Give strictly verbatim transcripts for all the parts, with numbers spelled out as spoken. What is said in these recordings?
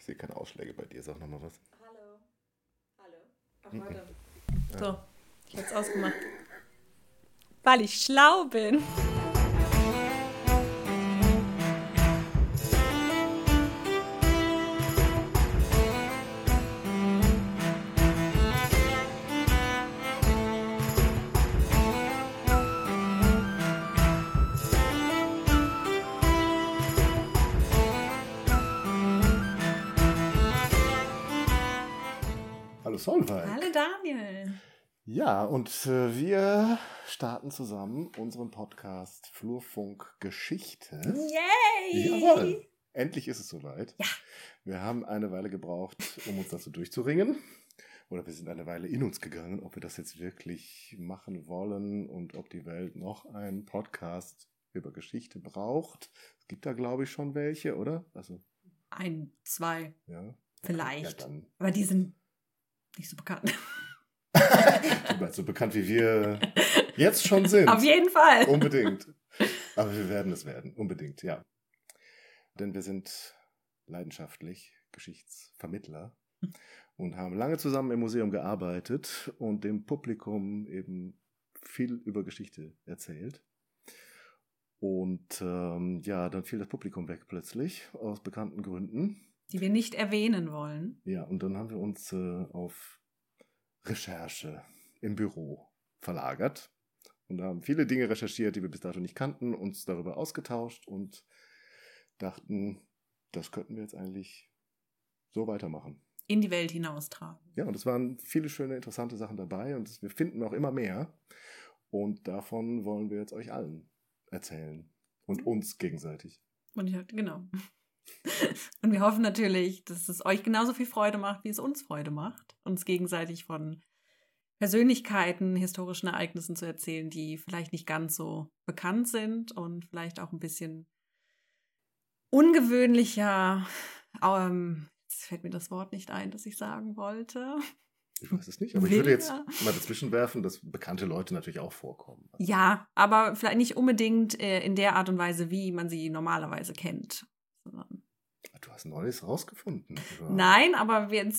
sehe keine Ausschläge bei dir. Sag nochmal was. Hallo. Hallo. Ach, warte. Mhm. So, ich hab's ausgemacht. Weil ich schlau bin. Hallo Solveig. Hallo Daniel. Ja, und äh, wir starten zusammen unseren Podcast Flurfunk Geschichte. Yay! Jawohl, endlich ist es soweit. Ja. Wir haben eine Weile gebraucht, um uns dazu durchzuringen. Oder wir sind eine Weile in uns gegangen, ob wir das jetzt wirklich machen wollen und ob die Welt noch einen Podcast über Geschichte braucht. Es gibt da, glaube ich, schon welche, oder? Also, Ein, zwei, ja. vielleicht. Ja, dann. Aber die sind nicht so bekannt. So bekannt wie wir jetzt schon sind. Auf jeden Fall. Unbedingt. Aber wir werden es werden, unbedingt, ja. Denn wir sind leidenschaftlich Geschichtsvermittler und haben lange zusammen im Museum gearbeitet und dem Publikum eben viel über Geschichte erzählt. Und ähm, ja, dann fiel das Publikum weg plötzlich, aus bekannten Gründen. Die wir nicht erwähnen wollen. Ja, und dann haben wir uns äh, auf Recherche im Büro verlagert und haben viele Dinge recherchiert, die wir bis dato nicht kannten, uns darüber ausgetauscht und dachten, das könnten wir jetzt eigentlich so weitermachen. In die Welt hinaustragen. Ja, und es waren viele schöne, interessante Sachen dabei und wir finden auch immer mehr. Und davon wollen wir jetzt euch allen erzählen und uns gegenseitig. Und ich, genau. Und wir hoffen natürlich, dass es euch genauso viel Freude macht, wie es uns Freude macht, uns gegenseitig von Persönlichkeiten, historischen Ereignissen zu erzählen, die vielleicht nicht ganz so bekannt sind und vielleicht auch ein bisschen ungewöhnlicher. Ähm, jetzt fällt mir das Wort nicht ein, das ich sagen wollte. Ich weiß es nicht, aber ich würde jetzt mal dazwischen werfen, dass bekannte Leute natürlich auch vorkommen. Ja, aber vielleicht nicht unbedingt äh, in der Art und Weise, wie man sie normalerweise kennt. Du hast Neues rausgefunden. Oder? Nein, aber wir,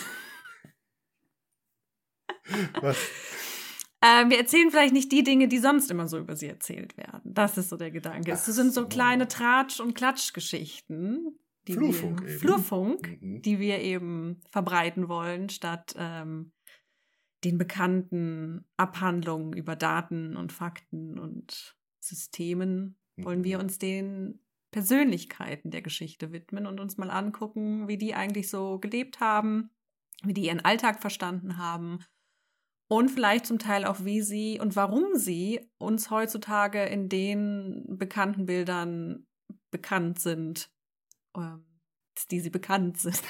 Was? äh, wir erzählen vielleicht nicht die Dinge, die sonst immer so über sie erzählt werden. Das ist so der Gedanke. Es sind so kleine Tratsch- und Klatschgeschichten. Die Flurfunk wir, eben. Flurfunk, Mhm. die wir eben verbreiten wollen, statt ähm, den bekannten Abhandlungen über Daten und Fakten und Systemen, Mhm. wollen wir uns den Persönlichkeiten der Geschichte widmen und uns mal angucken, wie die eigentlich so gelebt haben, wie die ihren Alltag verstanden haben und vielleicht zum Teil auch, wie sie und warum sie uns heutzutage in den bekannten Bildern bekannt sind, ähm, die sie bekannt sind.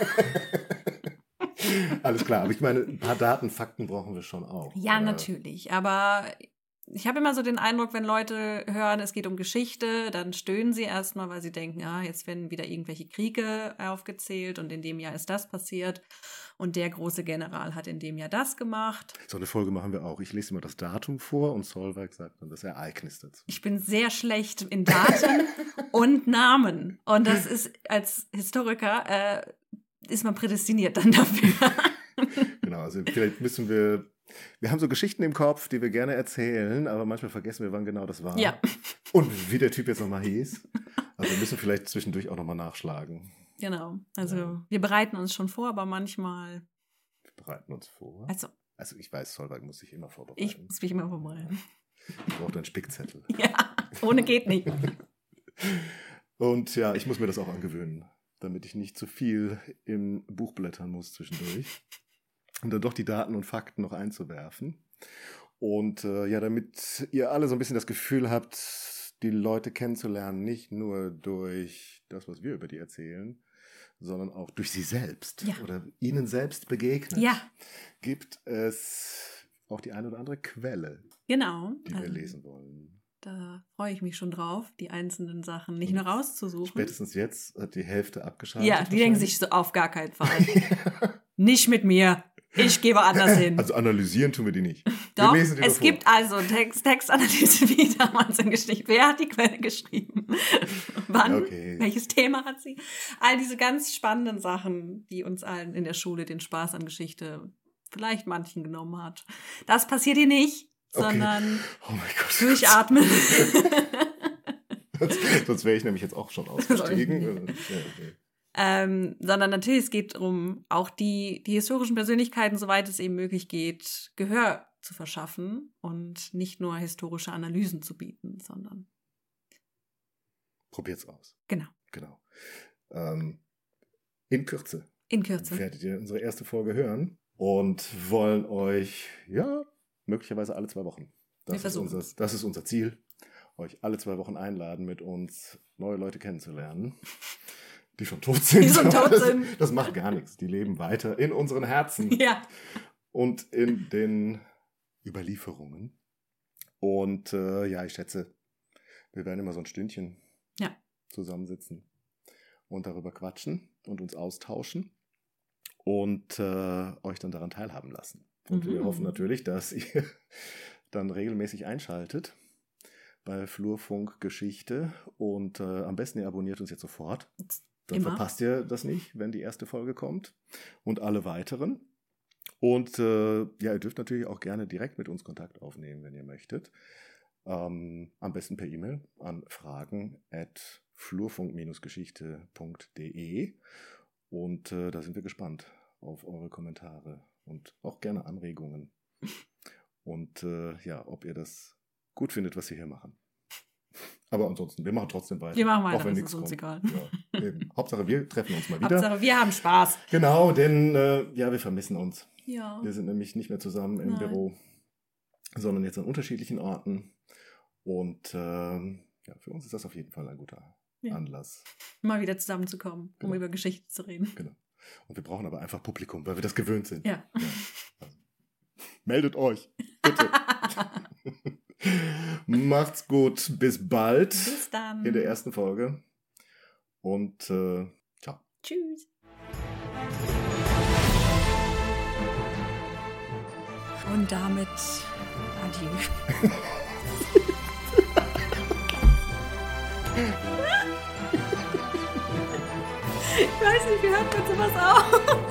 Alles klar, aber ich meine, ein paar Daten, Fakten brauchen wir schon auch. Ja, oder? Natürlich, aber ich habe immer so den Eindruck, wenn Leute hören, es geht um Geschichte, dann stöhnen sie erstmal, weil sie denken, ah, jetzt werden wieder irgendwelche Kriege aufgezählt und in dem Jahr ist das passiert und der große General hat in dem Jahr das gemacht. So eine Folge machen wir auch. Ich lese immer das Datum vor und Solveig sagt dann das Ereignis dazu. Ich bin sehr schlecht in Daten und Namen und das ist als Historiker, äh, ist man prädestiniert dann dafür. Genau, also vielleicht müssen wir, wir haben so Geschichten im Kopf, die wir gerne erzählen, aber manchmal vergessen wir, wann genau das war. Ja. Und wie der Typ jetzt nochmal hieß. Also wir müssen vielleicht zwischendurch auch nochmal nachschlagen. Genau, also Ja. wir bereiten uns schon vor, aber manchmal, Wir bereiten uns vor. also Also ich weiß, Solveig muss sich immer vorbereiten. ich muss mich immer vorbereiten. Ich brauche einen Spickzettel. Ja, ohne geht nicht. Und ja, ich muss mir das auch angewöhnen, damit ich nicht zu viel im Buch blättern muss zwischendurch. Und dann doch die Daten und Fakten noch einzuwerfen. Und äh, ja, damit ihr alle so ein bisschen das Gefühl habt, die Leute kennenzulernen, nicht nur durch das, was wir über die erzählen, sondern auch durch sie selbst Ja. oder ihnen selbst begegnet, Ja, gibt es auch die eine oder andere Quelle, genau. die wir Also, lesen wollen. da freue ich mich schon drauf, die einzelnen Sachen nicht nur rauszusuchen. Spätestens jetzt hat die Hälfte abgeschaltet. Ja, die denken sich so auf gar keinen Fall. Nicht mit mir. Ich gehe woanders hin. Also analysieren tun wir die nicht. Doch, wir lesen die es gibt also Text, Textanalyse wie damals in Geschichte. Wer hat die Quelle geschrieben? Wann? Okay. Welches Thema hat sie? All diese ganz spannenden Sachen, die uns allen in der Schule den Spaß an Geschichte vielleicht manchen genommen hat. Das passiert hier nicht, sondern okay. Oh mein Gott. durchatmen. Sonst wäre ich nämlich jetzt auch schon ausgestiegen. Ja, okay. Ähm, sondern natürlich, es geht darum, auch die, die historischen Persönlichkeiten, soweit es eben möglich geht, Gehör zu verschaffen und nicht nur historische Analysen zu bieten, sondern probiert's aus. Genau. Genau. Ähm, in Kürze. In Kürze. Werdet ihr unsere erste Folge hören und wollen euch, ja, möglicherweise alle zwei Wochen. Das, Wir ist unser, das ist unser Ziel. Euch alle zwei Wochen einladen, mit uns neue Leute kennenzulernen. Die schon tot sind. Die schon tot das, sind. Das macht gar nichts. Die leben weiter in unseren Herzen. Ja. Und in den Überlieferungen. Und äh, ja, ich schätze, wir werden immer so ein Stündchen ja. zusammensitzen und darüber quatschen und uns austauschen und äh, euch dann daran teilhaben lassen. Und mhm. wir hoffen natürlich, dass ihr dann regelmäßig einschaltet bei Flurfunk Geschichte und äh, am besten ihr abonniert uns jetzt sofort. Dann Immer. Verpasst ihr das nicht, wenn die erste Folge kommt und alle weiteren. Und äh, ja, ihr dürft natürlich auch gerne direkt mit uns Kontakt aufnehmen, wenn ihr möchtet. Ähm, am besten per E-Mail an fragen at flurfunk geschichte punkt de und äh, da sind wir gespannt auf eure Kommentare und auch gerne Anregungen. Und äh, ja, ob ihr das gut findet, was wir hier machen. Aber ansonsten, wir machen trotzdem weiter. Wir machen weiter, auch wenn das ist uns kommt. egal. Ja, eben. Hauptsache, wir treffen uns mal wieder. Hauptsache, wir haben Spaß. Genau, denn äh, ja, wir vermissen uns. Ja. Wir sind nämlich nicht mehr zusammen im Nein. Büro, sondern jetzt an unterschiedlichen Orten. Und äh, ja, für uns ist das auf jeden Fall ein guter ja. Anlass. Mal wieder zusammenzukommen, genau. um über Geschichte zu reden. Genau. Und wir brauchen aber einfach Publikum, weil wir das gewöhnt sind. Ja. ja. Also, meldet euch, bitte. Macht's gut. Bis bald. Bis dann. In der ersten Folge. Und äh, ciao. Tschüss. Und damit adieu. Ich weiß nicht, wie hört man sowas auf?